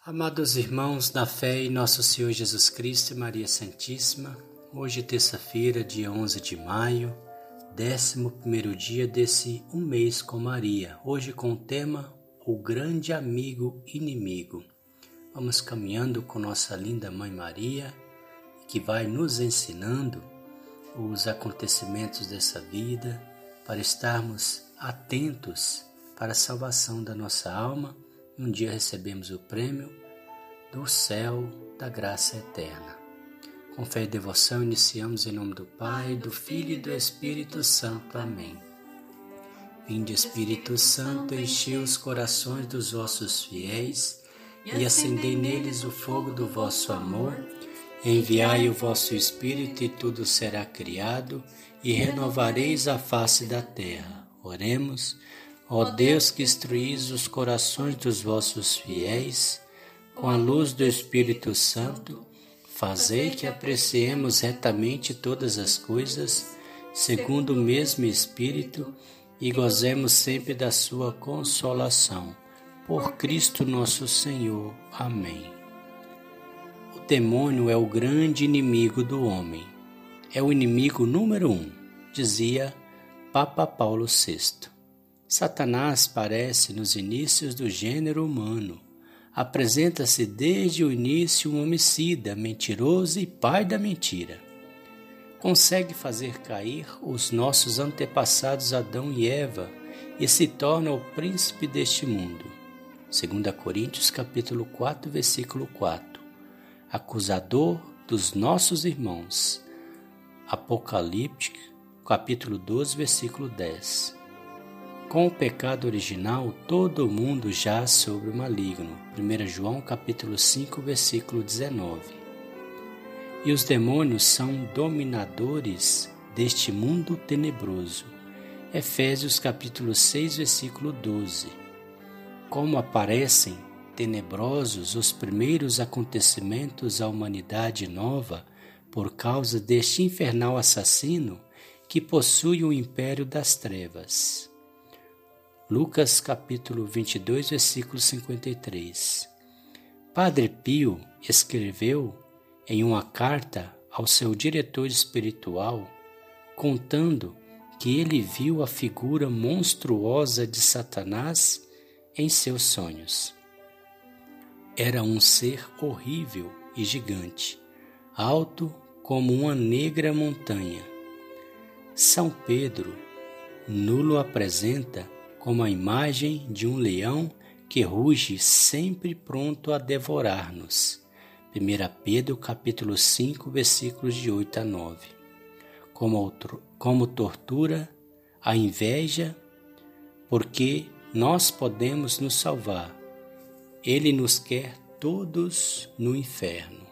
Amados irmãos, na fé em Nosso Senhor Jesus Cristo e Maria Santíssima, hoje terça-feira, dia 11 de maio, 11º dia desse Um Mês com Maria, hoje com o tema O Grande Amigo Inimigo. Vamos caminhando com nossa linda Mãe Maria, que vai nos ensinando os acontecimentos dessa vida, para estarmos atentos para a salvação da nossa alma. Um dia recebemos o prêmio do céu da graça eterna. Com fé e devoção iniciamos em nome do Pai, do Filho e do Espírito Santo. Amém. Vinde, Espírito Santo, enchei os corações dos vossos fiéis e acendei neles o fogo do vosso amor. Enviai o vosso Espírito e tudo será criado e renovareis a face da terra. Oremos. Ó Deus, que instruís os corações dos vossos fiéis, com a luz do Espírito Santo, fazei que apreciemos retamente todas as coisas, segundo o mesmo Espírito, e gozemos sempre da sua consolação. Por Cristo nosso Senhor. Amém. O demônio é o grande inimigo do homem. É o inimigo número 1, dizia Papa Paulo VI. Satanás aparece nos inícios do gênero humano. Apresenta-se desde o início um homicida, mentiroso e pai da mentira. Consegue fazer cair os nossos antepassados Adão e Eva e se torna o príncipe deste mundo. 2 Coríntios capítulo 4, versículo 4. Acusador dos nossos irmãos. Apocalipse capítulo 12, versículo 10. Com o pecado original, todo o mundo jaz sobre o maligno. 1 João capítulo 5, versículo 19. E os demônios são dominadores deste mundo tenebroso. Efésios capítulo 6, versículo 12. Como aparecem tenebrosos os primeiros acontecimentos à humanidade nova por causa deste infernal assassino que possui o império das trevas. Lucas capítulo 22, versículo 53. Padre Pio escreveu em uma carta ao seu diretor espiritual, contando que ele viu a figura monstruosa de Satanás em seus sonhos. Era um ser horrível e gigante, alto como uma negra montanha. São Pedro nulo apresenta como a imagem de um leão que ruge sempre pronto a devorar-nos. 1 Pedro capítulo 5, versículos de 8 a 9. Como tortura a inveja, porque nós podemos nos salvar. Ele nos quer todos no inferno.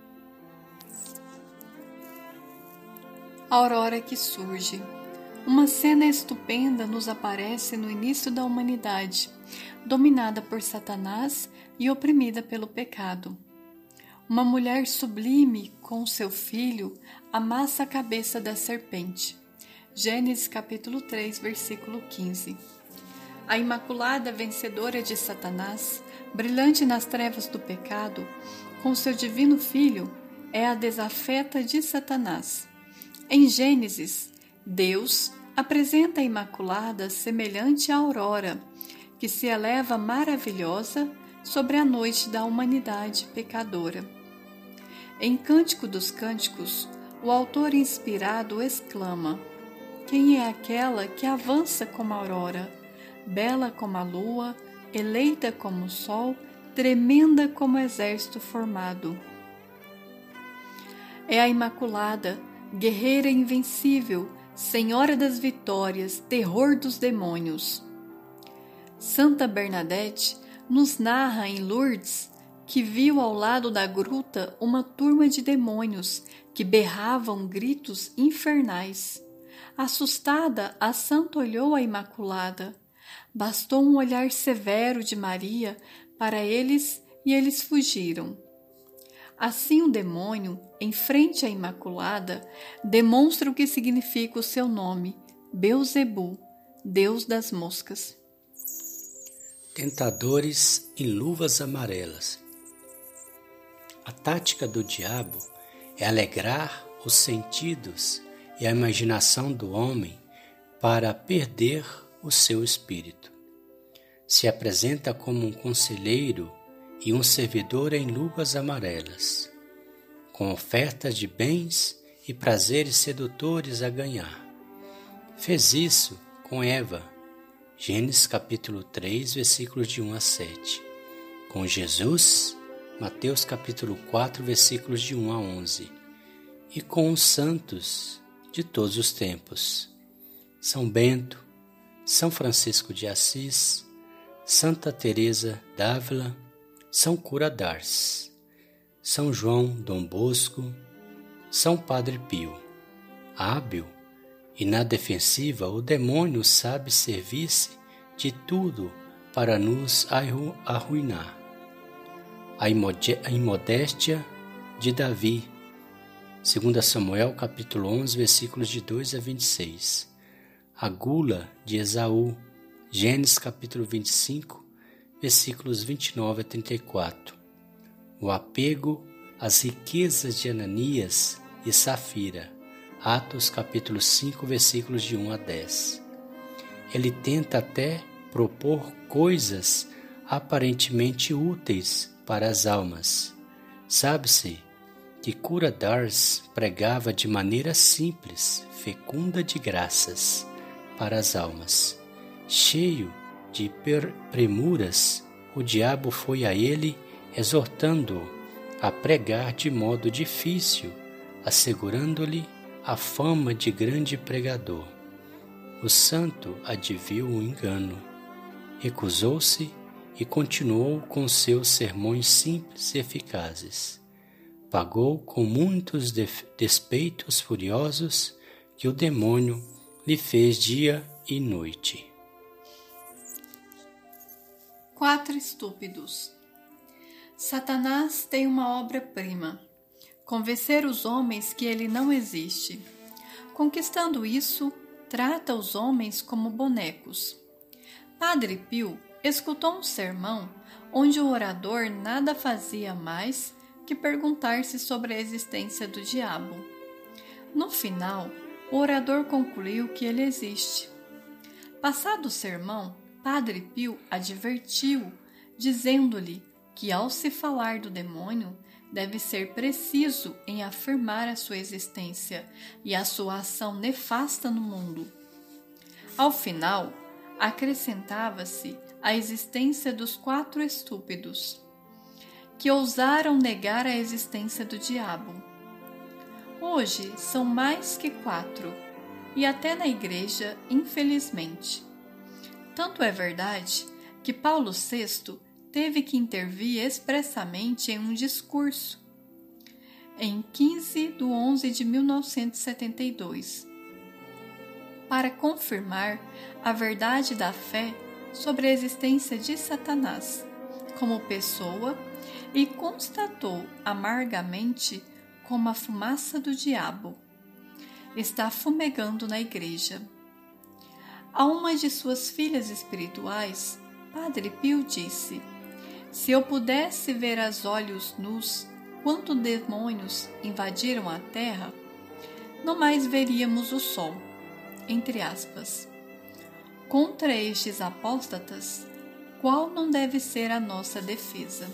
A aurora que surge. Uma cena estupenda nos aparece no início da humanidade, dominada por Satanás e oprimida pelo pecado. Uma mulher sublime com seu filho amassa a cabeça da serpente. Gênesis capítulo 3, versículo 15. A Imaculada, vencedora de Satanás, brilhante nas trevas do pecado, com seu divino filho, é a desafeta de Satanás. Em Gênesis, Deus apresenta a Imaculada semelhante à aurora, que se eleva maravilhosa sobre a noite da humanidade pecadora. Em Cântico dos Cânticos, o autor inspirado exclama: quem é aquela que avança como a aurora, bela como a lua, eleita como o sol, tremenda como o exército formado? É a Imaculada, guerreira invencível, Senhora das vitórias, terror dos demônios. Santa Bernadette nos narra em Lourdes que viu ao lado da gruta uma turma de demônios que berravam gritos infernais. Assustada, a santa olhou a Imaculada. Bastou um olhar severo de Maria para eles e eles fugiram. Assim o demônio, em frente à Imaculada, demonstra o que significa o seu nome, Beelzebu, Deus das moscas. Tentadores em luvas amarelas. A tática do diabo é alegrar os sentidos e a imaginação do homem para perder o seu espírito. Se apresenta como um conselheiro e um servidor em luvas amarelas, com ofertas de bens e prazeres sedutores a ganhar. Fez isso com Eva, Gênesis capítulo 3, versículos de 1 a 7. Com Jesus, Mateus capítulo 4, versículos de 1 a 11. E com os santos de todos os tempos, São Bento, São Francisco de Assis, Santa Teresa d'Ávila, São Cura d'Ars, São João Dom Bosco, São Padre Pio. Hábil e na defensiva, o demônio sabe servir-se de tudo para nos arruinar. A imodéstia de Davi, 2 Samuel capítulo 11, versículos de 2 a 26. A gula de Esaú, Gênesis capítulo 25, versículos 29 a 34. O apego às riquezas de Ananias e Safira, Atos capítulo 5, versículos de 1 a 10. Ele tenta até propor coisas aparentemente úteis para as almas. Sabe-se que Cura d'Ars pregava de maneira simples, fecunda de graças para as almas. Cheio de premuras, o diabo foi a ele, exortando-o a pregar de modo difícil, assegurando-lhe a fama de grande pregador. O santo adviu o engano, recusou-se e continuou com seus sermões simples e eficazes. Pagou com muitos despeitos furiosos que o demônio lhe fez dia e noite. 4 estúpidos. Satanás tem uma obra-prima: convencer os homens que ele não existe. Conquistando isso, trata os homens como bonecos. Padre Pio escutou um sermão onde o orador nada fazia mais que perguntar-se sobre a existência do diabo. No final, o orador concluiu que ele existe. Passado o sermão, Padre Pio advertiu, dizendo-lhe que ao se falar do demônio, deve ser preciso em afirmar a sua existência e a sua ação nefasta no mundo. Ao final, acrescentava-se a existência dos 4 estúpidos, que ousaram negar a existência do diabo. Hoje são mais que 4, e até na igreja, infelizmente. Tanto é verdade que Paulo VI teve que intervir expressamente em um discurso, em 15/11/1972, para confirmar a verdade da fé sobre a existência de Satanás como pessoa e constatou amargamente como a fumaça do diabo está fumegando na igreja. A uma de suas filhas espirituais, Padre Pio disse: se eu pudesse ver a olhos nus quantos demônios invadiram a terra, não mais veríamos o sol. Entre aspas. Contra estes apóstatas, qual não deve ser a nossa defesa?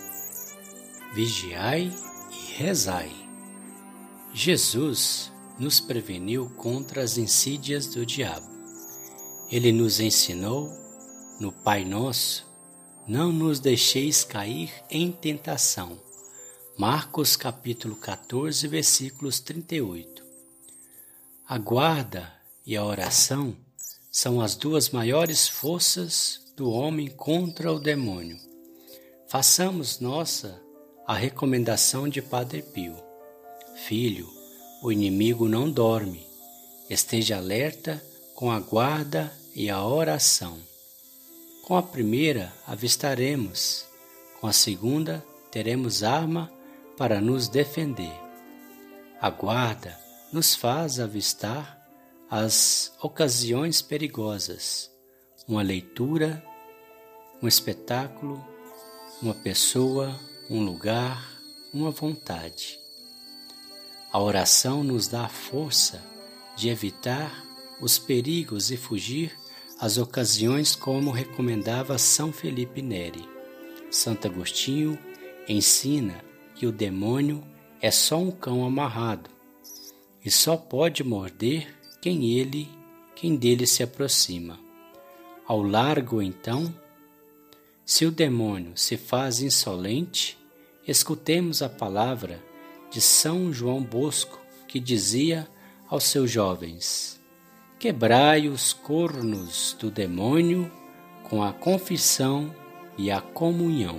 Vigiai e rezai. Jesus nos preveniu contra as insídias do diabo. Ele nos ensinou, no Pai Nosso, não nos deixeis cair em tentação. Marcos capítulo 14, versículos 38. A guarda e a oração são as 2 maiores forças do homem contra o demônio. Façamos nossa a recomendação de Padre Pio. Filho, o inimigo não dorme. Esteja alerta com a guarda e a oração. Com a primeira avistaremos, com a segunda teremos arma para nos defender. A guarda nos faz avistar as ocasiões perigosas, uma leitura, um espetáculo, uma pessoa, um lugar, uma vontade. A oração nos dá a força de evitar os perigos e fugir às ocasiões, como recomendava São Felipe Neri. Santo Agostinho ensina que o demônio é só um cão amarrado e só pode morder quem dele se aproxima. Ao largo, então, se o demônio se faz insolente, escutemos a palavra de São João Bosco, que dizia aos seus jovens: quebrai os cornos do demônio com a confissão e a comunhão.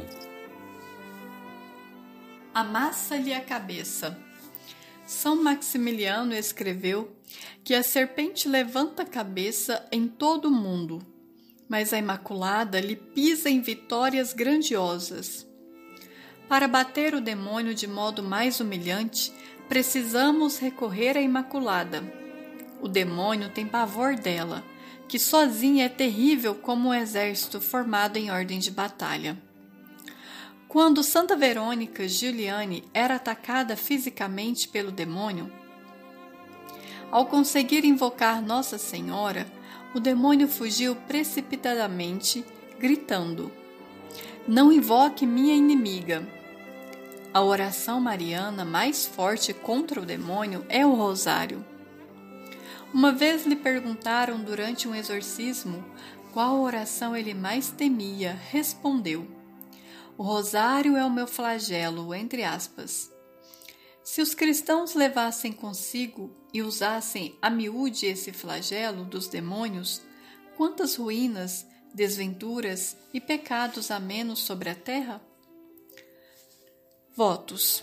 Amassa-lhe a cabeça. São Maximiliano escreveu que a serpente levanta a cabeça em todo o mundo, mas a Imaculada lhe pisa em vitórias grandiosas. Para bater o demônio de modo mais humilhante, precisamos recorrer à Imaculada. O demônio tem pavor dela, que sozinha é terrível como um exército formado em ordem de batalha. Quando Santa Verônica Giuliani era atacada fisicamente pelo demônio, ao conseguir invocar Nossa Senhora, o demônio fugiu precipitadamente, gritando: não invoque minha inimiga. A oração mariana mais forte contra o demônio é o rosário. Uma vez lhe perguntaram durante um exorcismo qual oração ele mais temia. Respondeu: o rosário é o meu flagelo, entre aspas. Se os cristãos levassem consigo e usassem a miúde esse flagelo dos demônios, quantas ruínas, desventuras e pecados a menos sobre a terra? Votos.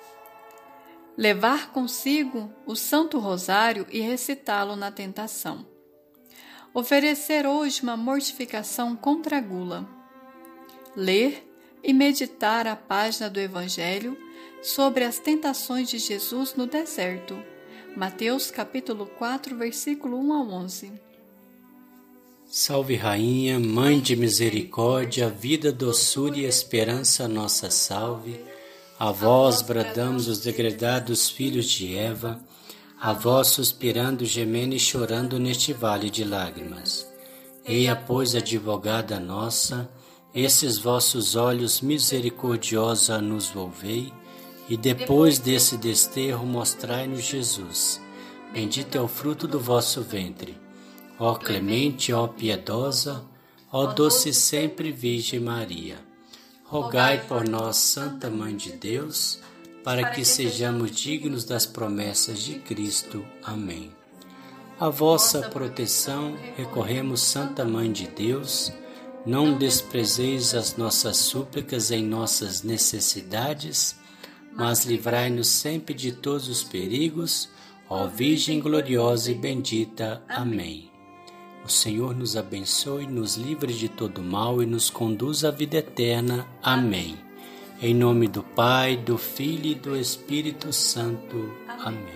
Levar consigo o Santo Rosário e recitá-lo na tentação. Oferecer hoje uma mortificação contra a gula. Ler e meditar a página do Evangelho sobre as tentações de Jesus no deserto. Mateus capítulo 4, versículo 1 a 11. Salve Rainha, Mãe de Misericórdia, vida, doçura e esperança, nossa salve. A vós bradamos os degredados filhos de Eva, a vós suspirando, gemendo e chorando neste vale de lágrimas. Eia, pois, advogada nossa, esses vossos olhos misericordiosa nos volvei, e depois desse desterro mostrai-nos Jesus. Bendito é o fruto do vosso ventre. Ó clemente, ó piedosa, ó doce sempre Virgem Maria. Rogai por nós, Santa Mãe de Deus, para que sejamos dignos das promessas de Cristo. Amém. A vossa proteção recorremos, Santa Mãe de Deus. Não desprezeis as nossas súplicas em nossas necessidades, mas livrai-nos sempre de todos os perigos, ó Virgem gloriosa e bendita. Amém. O Senhor nos abençoe, nos livre de todo mal e nos conduz à vida eterna. Amém. Em nome do Pai, do Filho e do Espírito Santo. Amém.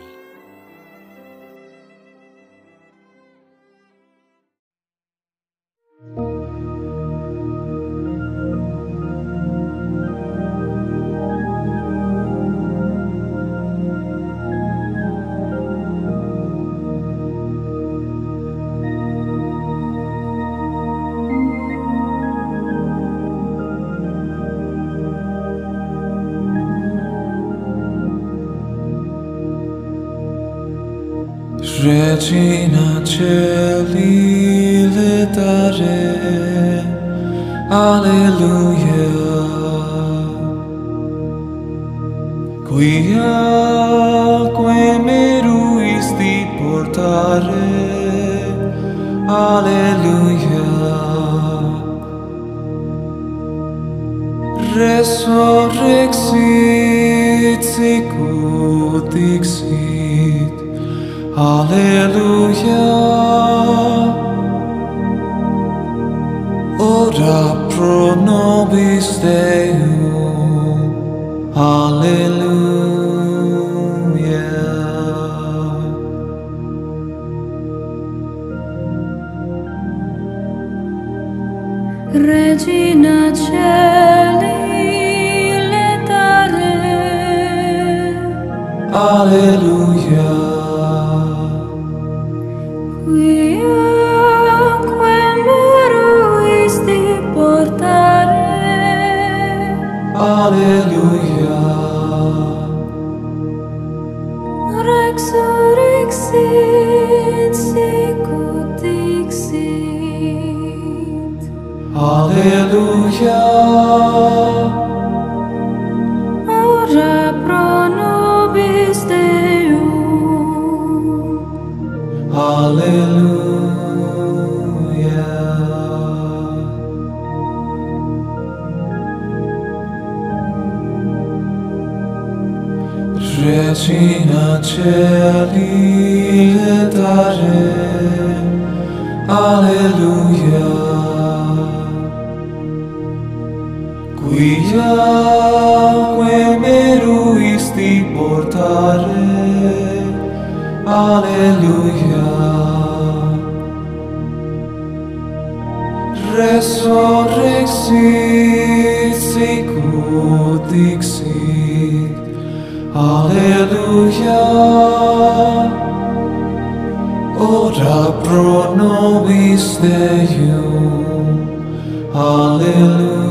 Regina Celi letare, Alleluia. Quia meruisti portare, Alleluia. Resurrexit sicut dixit, Alleluia. Ora pro nobis Deum, Alleluia. Regina Celi letare, Alleluia. Quiaque meruisti portare. Alleluia. Resurrexit sicut dixit. Alleluia. Ora pro nobis Deum. Alleluia. Regina Caeli et Terrae, Alleluia. Quiaque meruisti portare, Alleluia. Resurrexit sicut dixit, Alleluia. Ora pro nobis Deum. Alleluia.